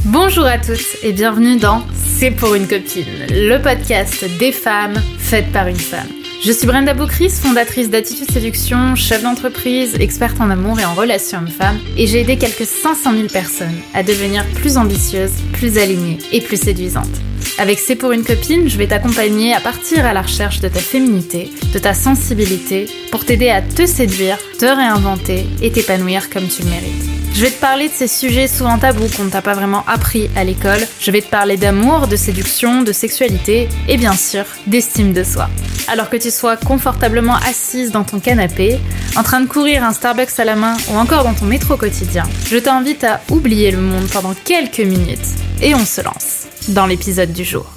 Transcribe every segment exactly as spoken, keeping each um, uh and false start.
Bonjour à tous et bienvenue dans C'est pour une copine, le podcast des femmes faites par une femme. Je suis Brenda Boucris, fondatrice d'Attitude Séduction, chef d'entreprise, experte en amour et en relations hommes-femmes, et j'ai aidé quelques cinq cent mille personnes à devenir plus ambitieuses, plus alignées et plus séduisantes. Avec C'est pour une copine, je vais t'accompagner à partir à la recherche de ta féminité, de ta sensibilité, pour t'aider à te séduire, te réinventer et t'épanouir comme tu le mérites. Je vais te parler de ces sujets souvent tabous qu'on ne t'a pas vraiment appris à l'école. Je vais te parler d'amour, de séduction, de sexualité et bien sûr d'estime de soi. Alors que tu sois confortablement assise dans ton canapé, en train de courir un Starbucks à la main ou encore dans ton métro quotidien, je t'invite à oublier le monde pendant quelques minutes et on se lance dans l'épisode du jour.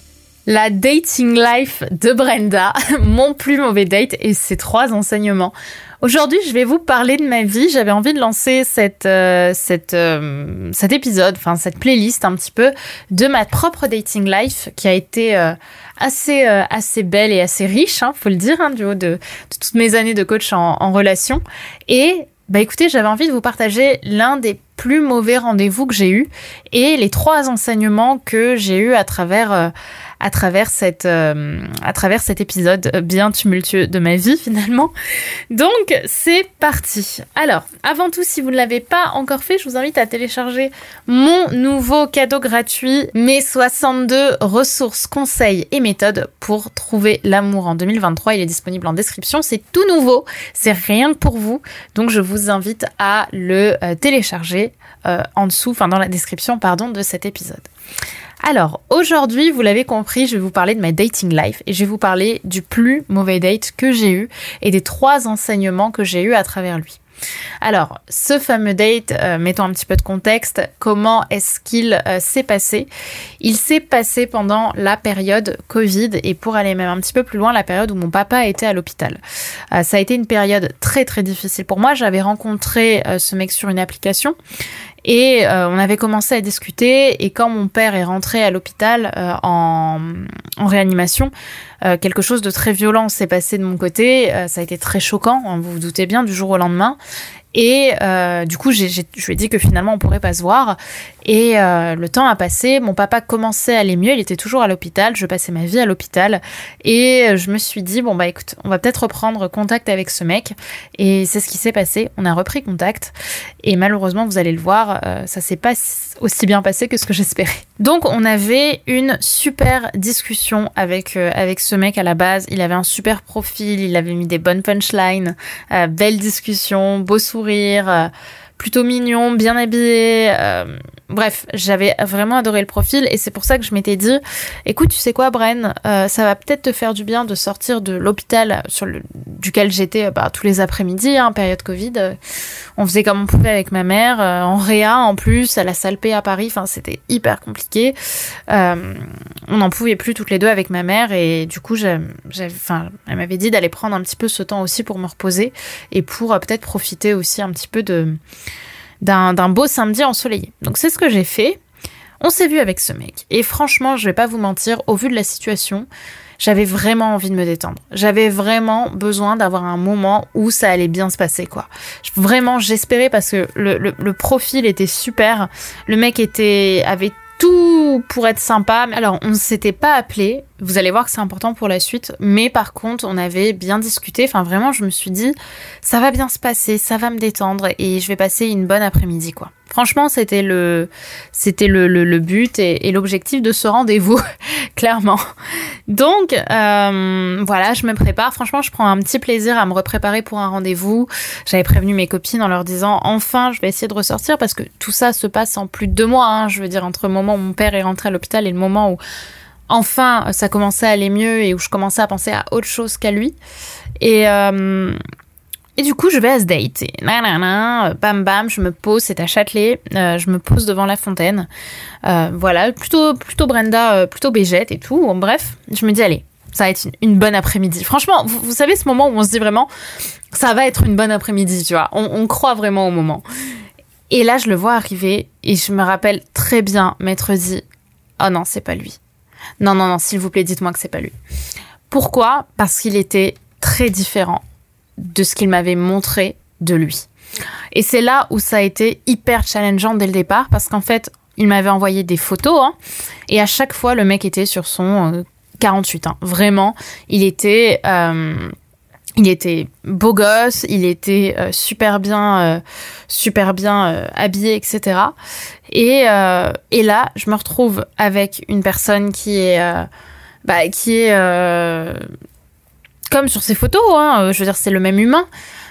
La dating life de Brenda, mon plus mauvais date et ses trois enseignements. Aujourd'hui, je vais vous parler de ma vie. J'avais envie de lancer cette, euh, cette, euh, cet épisode, enfin cette playlist un petit peu de ma propre dating life qui a été euh, assez, euh, assez belle et assez riche, hein, faut le dire, hein, du haut de, de toutes mes années de coach en, en relation. Et bah écoutez, j'avais envie de vous partager l'un des plus mauvais rendez-vous que j'ai eu et les trois enseignements que j'ai eu à travers euh, à travers cette euh, à travers cet épisode bien tumultueux de ma vie finalement. Donc c'est parti. Alors, avant tout, si vous ne l'avez pas encore fait, je vous invite à télécharger mon nouveau cadeau gratuit, mes soixante-deux ressources, conseils et méthodes pour trouver l'amour en deux mille vingt-trois. Il est disponible en description, c'est tout nouveau, c'est rien que pour vous. Donc je vous invite à le euh, télécharger euh, en dessous, enfin dans la description, pardon, de cet épisode. Alors, aujourd'hui, vous l'avez compris, je vais vous parler de ma dating life et je vais vous parler du plus mauvais date que j'ai eu et des trois enseignements que j'ai eu à travers lui. Alors, ce fameux date, euh, mettons un petit peu de contexte, comment est-ce qu'il euh, s'est passé ? Il s'est passé pendant la période Covid et pour aller même un petit peu plus loin, la période où mon papa était à l'hôpital. Euh, ça a été une période très très difficile pour moi. J'avais rencontré euh, ce mec sur une application et euh, on avait commencé à discuter et quand mon père est rentré à l'hôpital euh, en, en réanimation, euh, quelque chose de très violent s'est passé de mon côté. Euh, ça a été très choquant, hein, vous vous doutez bien, du jour au lendemain. Et euh, du coup, j'ai, j'ai, je lui ai dit que finalement, on pourrait pas se voir. Et euh, le temps a passé. Mon papa commençait à aller mieux. Il était toujours à l'hôpital. Je passais ma vie à l'hôpital. Et je me suis dit, bon, bah écoute, on va peut-être reprendre contact avec ce mec. Et c'est ce qui s'est passé. On a repris contact. Et malheureusement, vous allez le voir, euh, ça s'est pas aussi bien passé que ce que j'espérais. Donc, on avait une super discussion avec, euh, avec ce mec à la base. Il avait un super profil. Il avait mis des bonnes punchlines. Euh, belle discussion, beau sourire. Euh, plutôt mignon, bien habillé, euh, bref, j'avais vraiment adoré le profil et c'est pour ça que je m'étais dit, écoute, tu sais quoi Bren, euh, ça va peut-être te faire du bien de sortir de l'hôpital sur le, duquel j'étais bah, tous les après-midi, hein, période Covid, euh, on faisait comme on pouvait avec ma mère, euh, en réa en plus, à la Salpé à Paris, enfin c'était hyper compliqué, euh, on n'en pouvait plus toutes les deux avec ma mère et du coup, j'ai, j'ai, enfin, elle m'avait dit d'aller prendre un petit peu ce temps aussi pour me reposer et pour euh, peut-être profiter aussi un petit peu de D'un, d'un beau samedi ensoleillé. Donc c'est ce que j'ai fait. On s'est vu avec ce mec. Et franchement, je vais pas vous mentir, au vu de la situation, j'avais vraiment envie de me détendre. J'avais vraiment besoin d'avoir un moment où ça allait bien se passer, quoi. Vraiment, j'espérais parce que le, le, le profil était super. Le mec était, avait tout pour être sympa. Alors, on ne s'était pas appelé. Vous allez voir que c'est important pour la suite. Mais par contre, on avait bien discuté. Enfin, vraiment, je me suis dit, ça va bien se passer, ça va me détendre et je vais passer une bonne après-midi, quoi. Franchement, c'était le, c'était le, le, le but et, et l'objectif de ce rendez-vous, clairement. Donc, euh, voilà, je me prépare. Franchement, je prends un petit plaisir à me repréparer pour un rendez-vous. J'avais prévenu mes copines en leur disant, enfin, je vais essayer de ressortir parce que tout ça se passe en plus de deux mois. Hein, je veux dire, entre le moment où mon père est rentré à l'hôpital et le moment où, enfin, ça commençait à aller mieux et où je commençais à penser à autre chose qu'à lui. Et... Euh, Et du coup, je vais à ce date. Et nanana, bam bam, je me pose, c'est à Châtelet, euh, je me pose devant la fontaine. Euh, voilà, plutôt, plutôt Brenda, euh, plutôt bégette et tout. Bon, bref, je me dis, allez, ça va être une, une bonne après-midi. Franchement, vous, vous savez ce moment où on se dit vraiment, ça va être une bonne après-midi, tu vois. On, on croit vraiment au moment. Et là, je le vois arriver et je me rappelle très bien m'être dit, oh non, c'est pas lui. Non, non, non, s'il vous plaît, dites-moi que c'est pas lui. Pourquoi ? Parce qu'il était très différent de ce qu'il m'avait montré de lui. Et c'est là où ça a été hyper challengeant dès le départ, parce qu'en fait, il m'avait envoyé des photos, hein, et à chaque fois, le mec était sur son euh, quarante-huit. Hein. Vraiment, il était, euh, il était beau gosse, il était euh, super bien, euh, super bien euh, habillé, et cetera. Et, euh, et là, je me retrouve avec une personne qui est, euh, bah, qui est euh, comme sur ses photos. Hein, je veux dire, c'est le même humain,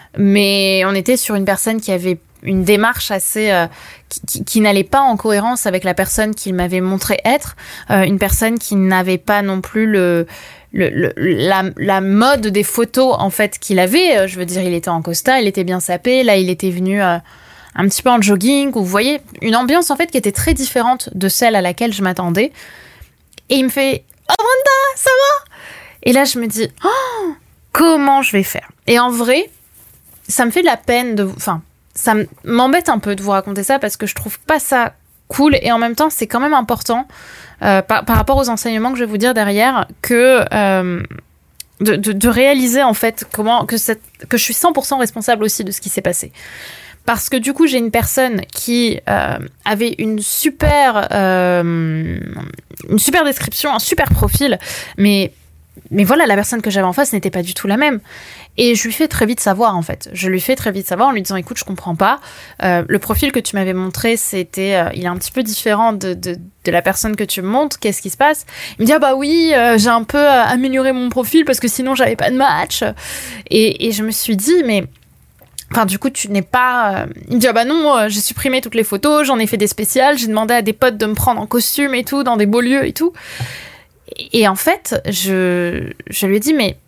mais on était sur une personne qui avait une démarche assez euh, qui, qui, qui n'allait pas en cohérence avec la personne qu'il m'avait montré être, euh, une personne qui n'avait pas non plus le, le, le la, la mode des photos en fait qu'il avait. Je veux dire, il était en costa, il était bien sapé. Là, il était venu euh, un petit peu en jogging. Vous voyez, une ambiance en fait qui était très différente de celle à laquelle je m'attendais. Et il me fait « Oh Brenda, ça va ?» Et là, je me dis oh, « Comment je vais faire ?» Et en vrai, ça me fait de la peine de... Enfin, ça m'embête un peu de vous raconter ça parce que je trouve pas ça cool et en même temps c'est quand même important euh, par, par rapport aux enseignements que je vais vous dire derrière que euh, de, de, de réaliser en fait comment que, cette, que je suis cent pour cent responsable aussi de ce qui s'est passé. Parce que du coup j'ai une personne qui euh, avait une super euh, une super description, un super profil, mais mais voilà, la personne que j'avais en face n'était pas du tout la même. Et je lui fais très vite savoir, en fait. Je lui fais très vite savoir en lui disant, écoute, je comprends pas. Euh, le profil que tu m'avais montré, c'était, euh, il est un petit peu différent de, de, de la personne que tu me montres. Qu'est-ce qui se passe? Il me dit, ah bah oui, euh, j'ai un peu euh, amélioré mon profil parce que sinon, j'avais pas de match. Et, et je me suis dit, mais... Enfin, du coup, tu n'es pas... Euh... Il me dit, ah bah non, euh, j'ai supprimé toutes les photos, j'en ai fait des spéciales, j'ai demandé à des potes de me prendre en costume et tout, dans des beaux lieux et tout. Et en fait, je, je lui ai dit, mais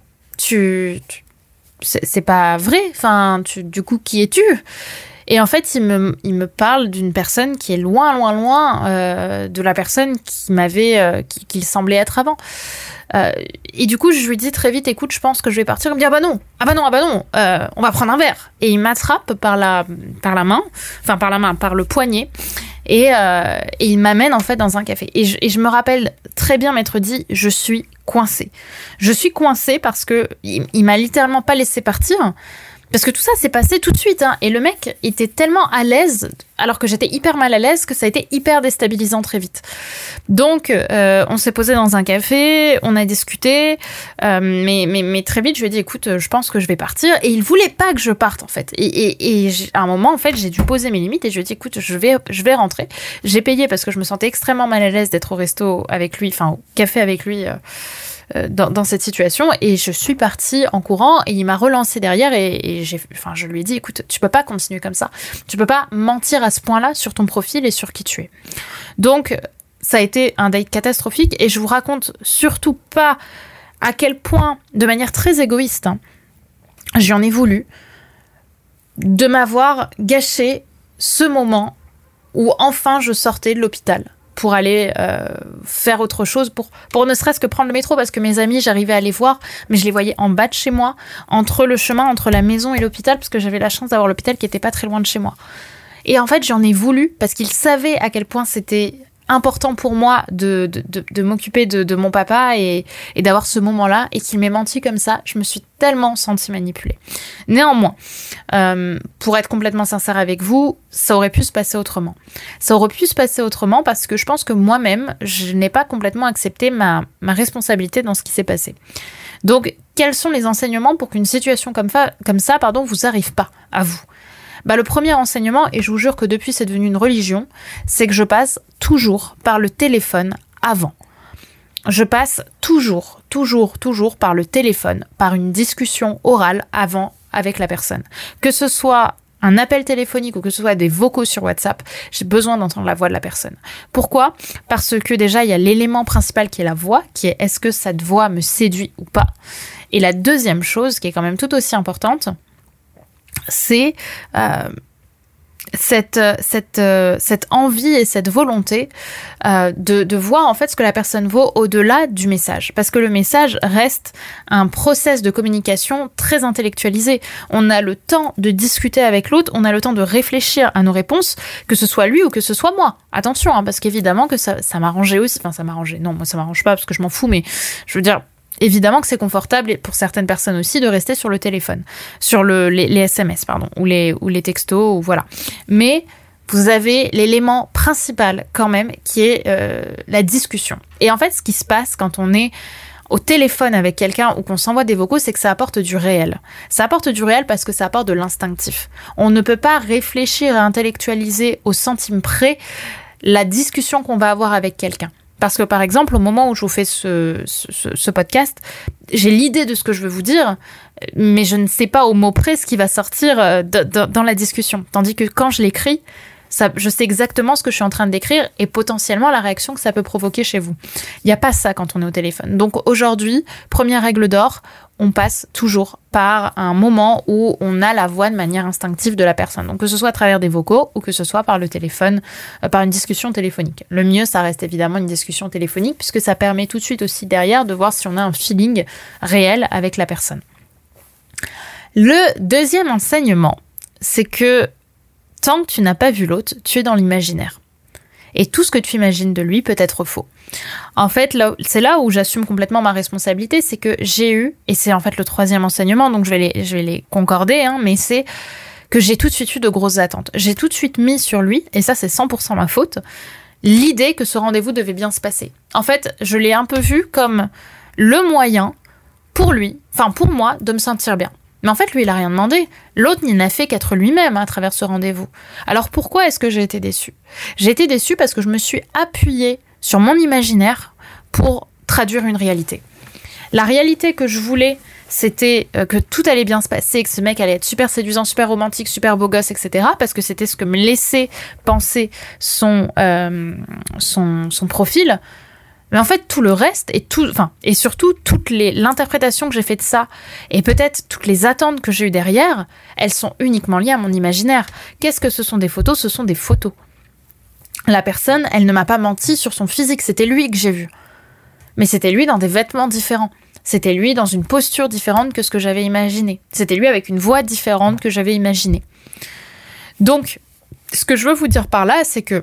tu, tu c'est, c'est pas vrai. Enfin, tu, du coup, qui es-tu? Et en fait, il me, il me parle d'une personne qui est loin, loin, loin euh, de la personne qui m'avait, euh, qui, qui semblait être avant. Euh, et du coup, je lui dis très vite, écoute, je pense que je vais partir. Il me dit, ah bah non, ah bah non, ah bah non, euh, on va prendre un verre. Et il m'attrape par la, par la main, enfin par la main, par le poignet. Et, euh, et il m'amène en fait dans un café. Et je, et je me rappelle très bien m'être dit, je suis coincée. Je suis coincée parce que il, il m'a littéralement pas laissé partir. Parce que tout ça s'est passé tout de suite. Hein. Et le mec était tellement à l'aise, alors que j'étais hyper mal à l'aise, que ça a été hyper déstabilisant très vite. Donc, euh, on s'est posé dans un café, on a discuté, euh, mais, mais, mais très vite, je lui ai dit, écoute, je pense que je vais partir. Et il voulait pas que je parte, en fait. Et, et, et à un moment, en fait, j'ai dû poser mes limites et je lui ai dit, écoute, je vais, je vais rentrer. J'ai payé parce que je me sentais extrêmement mal à l'aise d'être au resto avec lui, enfin, au café avec lui, euh, Dans, dans cette situation, et je suis partie en courant et il m'a relancé derrière et, et j'ai, enfin, je lui ai dit, écoute, tu peux pas continuer comme ça, tu peux pas mentir à ce point-là sur ton profil et sur qui tu es. Donc ça a été un date catastrophique et je vous raconte surtout pas à quel point, de manière très égoïste, hein, j'y en ai voulu de m'avoir gâché ce moment où enfin je sortais de l'hôpital pour aller euh, faire autre chose, pour, pour ne serait-ce que prendre le métro, parce que mes amis, j'arrivais à les voir, mais je les voyais en bas de chez moi, entre le chemin, entre la maison et l'hôpital, parce que j'avais la chance d'avoir l'hôpital qui était pas très loin de chez moi. Et en fait, j'en ai voulu, parce qu'ils savaient à quel point c'était important pour moi de, de, de, de m'occuper de, de mon papa et, et d'avoir ce moment-là, et qu'il m'ait menti comme ça. Je me suis tellement sentie manipulée. Néanmoins, euh, pour être complètement sincère avec vous, ça aurait pu se passer autrement. Ça aurait pu se passer autrement parce que je pense que moi-même, je n'ai pas complètement accepté ma, ma responsabilité dans ce qui s'est passé. Donc, quels sont les enseignements pour qu'une situation comme, fa- comme ça pardon, vous arrive pas à vous ? Bah, le premier enseignement, et je vous jure que depuis c'est devenu une religion, c'est que je passe toujours par le téléphone avant. Je passe toujours, toujours, toujours par le téléphone, par une discussion orale avant avec la personne. Que ce soit un appel téléphonique ou que ce soit des vocaux sur WhatsApp, j'ai besoin d'entendre la voix de la personne. Pourquoi ? Parce que déjà, il y a l'élément principal qui est la voix, qui est est-ce que cette voix me séduit ou pas ? Et la deuxième chose, qui est quand même tout aussi importante, c'est euh, cette, cette, euh, cette envie et cette volonté euh, de, de voir en fait ce que la personne vaut au-delà du message. Parce que le message reste un process de communication très intellectualisé. On a le temps de discuter avec l'autre, on a le temps de réfléchir à nos réponses, que ce soit lui ou que ce soit moi. Attention, hein, parce qu'évidemment que ça, ça m'arrangeait aussi. Enfin, ça m'arrangeait. Non, moi ça m'arrange pas parce que je m'en fous, mais je veux dire... Évidemment que c'est confortable pour certaines personnes aussi de rester sur le téléphone, sur le, les, les S M S, pardon, ou les, ou les textos, ou voilà. Mais vous avez l'élément principal quand même qui est euh, la discussion. Et en fait, ce qui se passe quand on est au téléphone avec quelqu'un ou qu'on s'envoie des vocaux, c'est que ça apporte du réel. Ça apporte du réel parce que ça apporte de l'instinctif. On ne peut pas réfléchir et intellectualiser au centime près la discussion qu'on va avoir avec quelqu'un. Parce que, par exemple, au moment où je vous fais ce, ce, ce podcast, j'ai l'idée de ce que je veux vous dire, mais je ne sais pas au mot près ce qui va sortir de, de, dans la discussion. Tandis que quand je l'écris, ça, je sais exactement ce que je suis en train d'écrire et potentiellement la réaction que ça peut provoquer chez vous. Il n'y a pas ça quand on est au téléphone. Donc aujourd'hui, première règle d'or, on passe toujours par un moment où on a la voix de manière instinctive de la personne. Donc que ce soit à travers des vocaux ou que ce soit par le téléphone, euh, par une discussion téléphonique. Le mieux, ça reste évidemment une discussion téléphonique puisque ça permet tout de suite aussi derrière de voir si on a un feeling réel avec la personne. Le deuxième enseignement, c'est que tant que tu n'as pas vu l'autre, tu es dans l'imaginaire. Et tout ce que tu imagines de lui peut être faux. En fait, là, c'est là où j'assume complètement ma responsabilité, c'est que j'ai eu, et c'est en fait le troisième enseignement, donc je vais les, je vais les concorder, hein, mais c'est que j'ai tout de suite eu de grosses attentes. J'ai tout de suite mis sur lui, et ça c'est cent pour cent ma faute, l'idée que ce rendez-vous devait bien se passer. En fait, je l'ai un peu vu comme le moyen pour lui, enfin pour moi, de me sentir bien. Mais en fait, lui, il n'a rien demandé. L'autre, il n'a fait qu'être lui-même à travers ce rendez-vous. Alors pourquoi est-ce que j'ai été déçue ? J'ai été déçue parce que je me suis appuyée sur mon imaginaire pour traduire une réalité. La réalité que je voulais, c'était que tout allait bien se passer, que ce mec allait être super séduisant, super romantique, super beau gosse, et cetera. Parce que c'était ce que me laissait penser son, euh, son, son profil. Mais en fait, tout le reste, et, tout, enfin, et surtout toute les, l'interprétation que j'ai faite de ça, et peut-être toutes les attentes que j'ai eues derrière, elles sont uniquement liées à mon imaginaire. Qu'est-ce que ce sont des photos ? Ce sont des photos. La personne, elle ne m'a pas menti sur son physique, c'était lui que j'ai vu. Mais c'était lui dans des vêtements différents. C'était lui dans une posture différente que ce que j'avais imaginé. C'était lui avec une voix différente que j'avais imaginée. Donc, ce que je veux vous dire par là, c'est que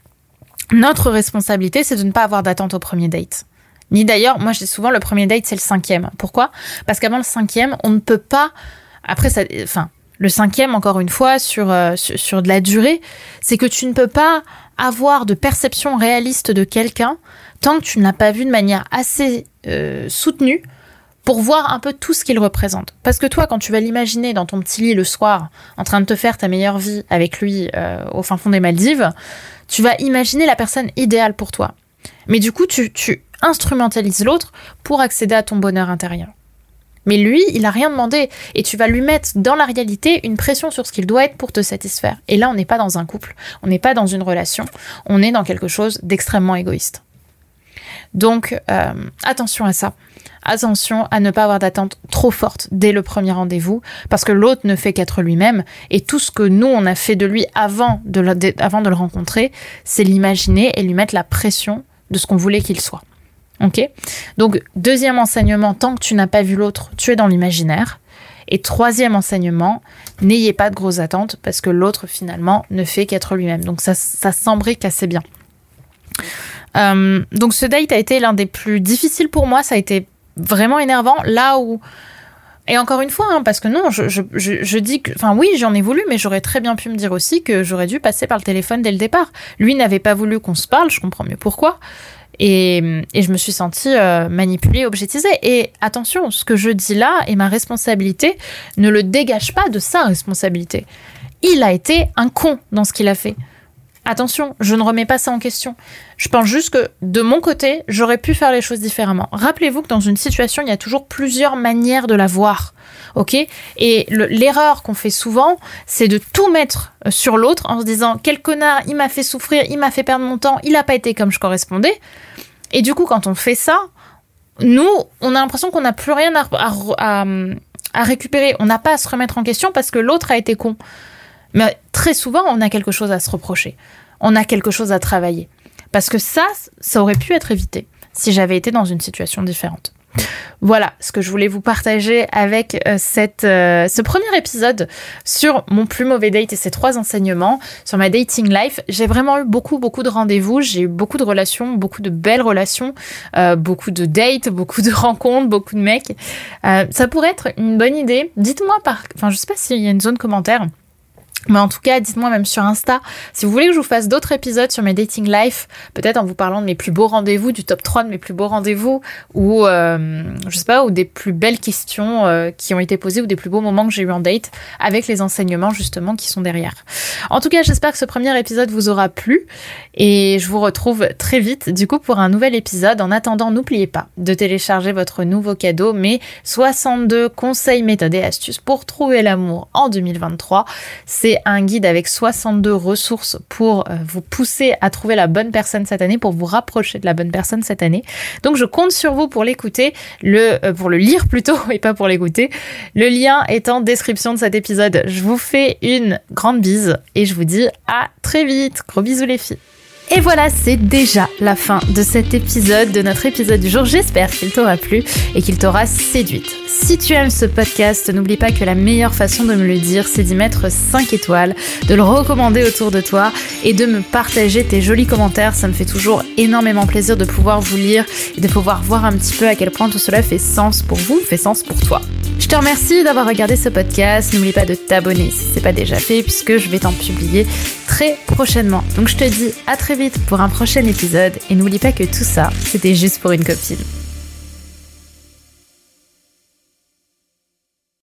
notre responsabilité, c'est de ne pas avoir d'attente au premier date. Ni d'ailleurs, moi je dis souvent, le premier date, c'est le cinquième. Pourquoi ? Parce qu'avant le cinquième, on ne peut pas... Après, ça, enfin, le cinquième, encore une fois, sur, euh, sur, sur de la durée, c'est que tu ne peux pas avoir de perception réaliste de quelqu'un tant que tu ne l'as pas vu de manière assez euh, soutenue pour voir un peu tout ce qu'il représente. Parce que toi, quand tu vas l'imaginer dans ton petit lit le soir, en train de te faire ta meilleure vie avec lui euh, au fin fond des Maldives, tu vas imaginer la personne idéale pour toi. Mais du coup, tu, tu instrumentalises l'autre pour accéder à ton bonheur intérieur. Mais lui, il n'a rien demandé. Et tu vas lui mettre dans la réalité une pression sur ce qu'il doit être pour te satisfaire. Et là, on n'est pas dans un couple, on n'est pas dans une relation, on est dans quelque chose d'extrêmement égoïste. Donc, euh, attention à ça. Attention à ne pas avoir d'attente trop forte dès le premier rendez-vous, parce que l'autre ne fait qu'être lui-même, et tout ce que nous, on a fait de lui avant de le, de, avant de le rencontrer, c'est l'imaginer et lui mettre la pression de ce qu'on voulait qu'il soit. Ok ? Donc, deuxième enseignement, tant que tu n'as pas vu l'autre, tu es dans l'imaginaire. Et troisième enseignement, n'ayez pas de grosses attentes, parce que l'autre, finalement, ne fait qu'être lui-même. Donc, ça, ça s'embrique assez bien. Euh, donc, ce date a été l'un des plus difficiles pour moi, ça a été vraiment énervant, là où... Et encore une fois, hein, parce que non, je, je, je, je dis que... Enfin oui, j'en ai voulu, mais j'aurais très bien pu me dire aussi que j'aurais dû passer par le téléphone dès le départ. Lui n'avait pas voulu qu'on se parle, je comprends mieux pourquoi. Et, et je me suis sentie euh, manipulée, objetisée. Et attention, ce que je dis là, et ma responsabilité, ne le dégage pas de sa responsabilité. Il a été un con dans ce qu'il a fait. Attention, je ne remets pas ça en question. Je pense juste que, de mon côté, j'aurais pu faire les choses différemment. Rappelez-vous que dans une situation, il y a toujours plusieurs manières de la voir. Ok ? Et le, l'erreur qu'on fait souvent, c'est de tout mettre sur l'autre en se disant « Quel connard, il m'a fait souffrir, il m'a fait perdre mon temps, il n'a pas été comme je correspondais. » Et du coup, quand on fait ça, nous, on a l'impression qu'on n'a plus rien à, à, à, à récupérer. On n'a pas à se remettre en question parce que l'autre a été con. Mais très souvent, on a quelque chose à se reprocher. On a quelque chose à travailler. Parce que ça, ça aurait pu être évité si j'avais été dans une situation différente. Voilà ce que je voulais vous partager avec euh, cette, euh, ce premier épisode sur mon plus mauvais date et ces trois enseignements sur ma dating life. J'ai vraiment eu beaucoup, beaucoup de rendez-vous. J'ai eu beaucoup de relations, beaucoup de belles relations, euh, beaucoup de dates, beaucoup de rencontres, beaucoup de mecs. Euh, ça pourrait être une bonne idée. Dites-moi par... Enfin, je sais pas s'il y a une zone commentaire. Mais en tout cas, dites-moi même sur Insta, si vous voulez que je vous fasse d'autres épisodes sur mes dating life, peut-être en vous parlant de mes plus beaux rendez-vous, du top trois de mes plus beaux rendez-vous, ou euh, je sais pas, ou des plus belles questions euh, qui ont été posées, ou des plus beaux moments que j'ai eu en date, avec les enseignements justement qui sont derrière. En tout cas, j'espère que ce premier épisode vous aura plu, et je vous retrouve très vite, du coup, pour un nouvel épisode. En attendant, n'oubliez pas de télécharger votre nouveau cadeau, mes soixante-deux conseils, méthodes et astuces pour trouver l'amour en deux mille vingt-trois. C'est un guide avec soixante-deux ressources pour vous pousser à trouver la bonne personne cette année, pour vous rapprocher de la bonne personne cette année. Donc je compte sur vous pour l'écouter, le, euh, pour le lire plutôt et pas pour l'écouter. Le lien est en description de cet épisode. Je vous fais une grande bise et je vous dis à très vite. Gros bisous les filles. Et voilà, c'est déjà la fin de cet épisode, de notre épisode du jour. J'espère qu'il t'aura plu et qu'il t'aura séduite. Si tu aimes ce podcast, n'oublie pas que la meilleure façon de me le dire, c'est d'y mettre cinq étoiles, de le recommander autour de toi et de me partager tes jolis commentaires. Ça me fait toujours énormément plaisir de pouvoir vous lire et de pouvoir voir un petit peu à quel point tout cela fait sens pour vous, fait sens pour toi. Je te remercie d'avoir regardé ce podcast. N'oublie pas de t'abonner si c'est pas déjà fait, puisque je vais t'en publier très prochainement. Donc je te dis à très vite pour un prochain épisode et n'oublie pas que tout ça, c'était juste pour une copine.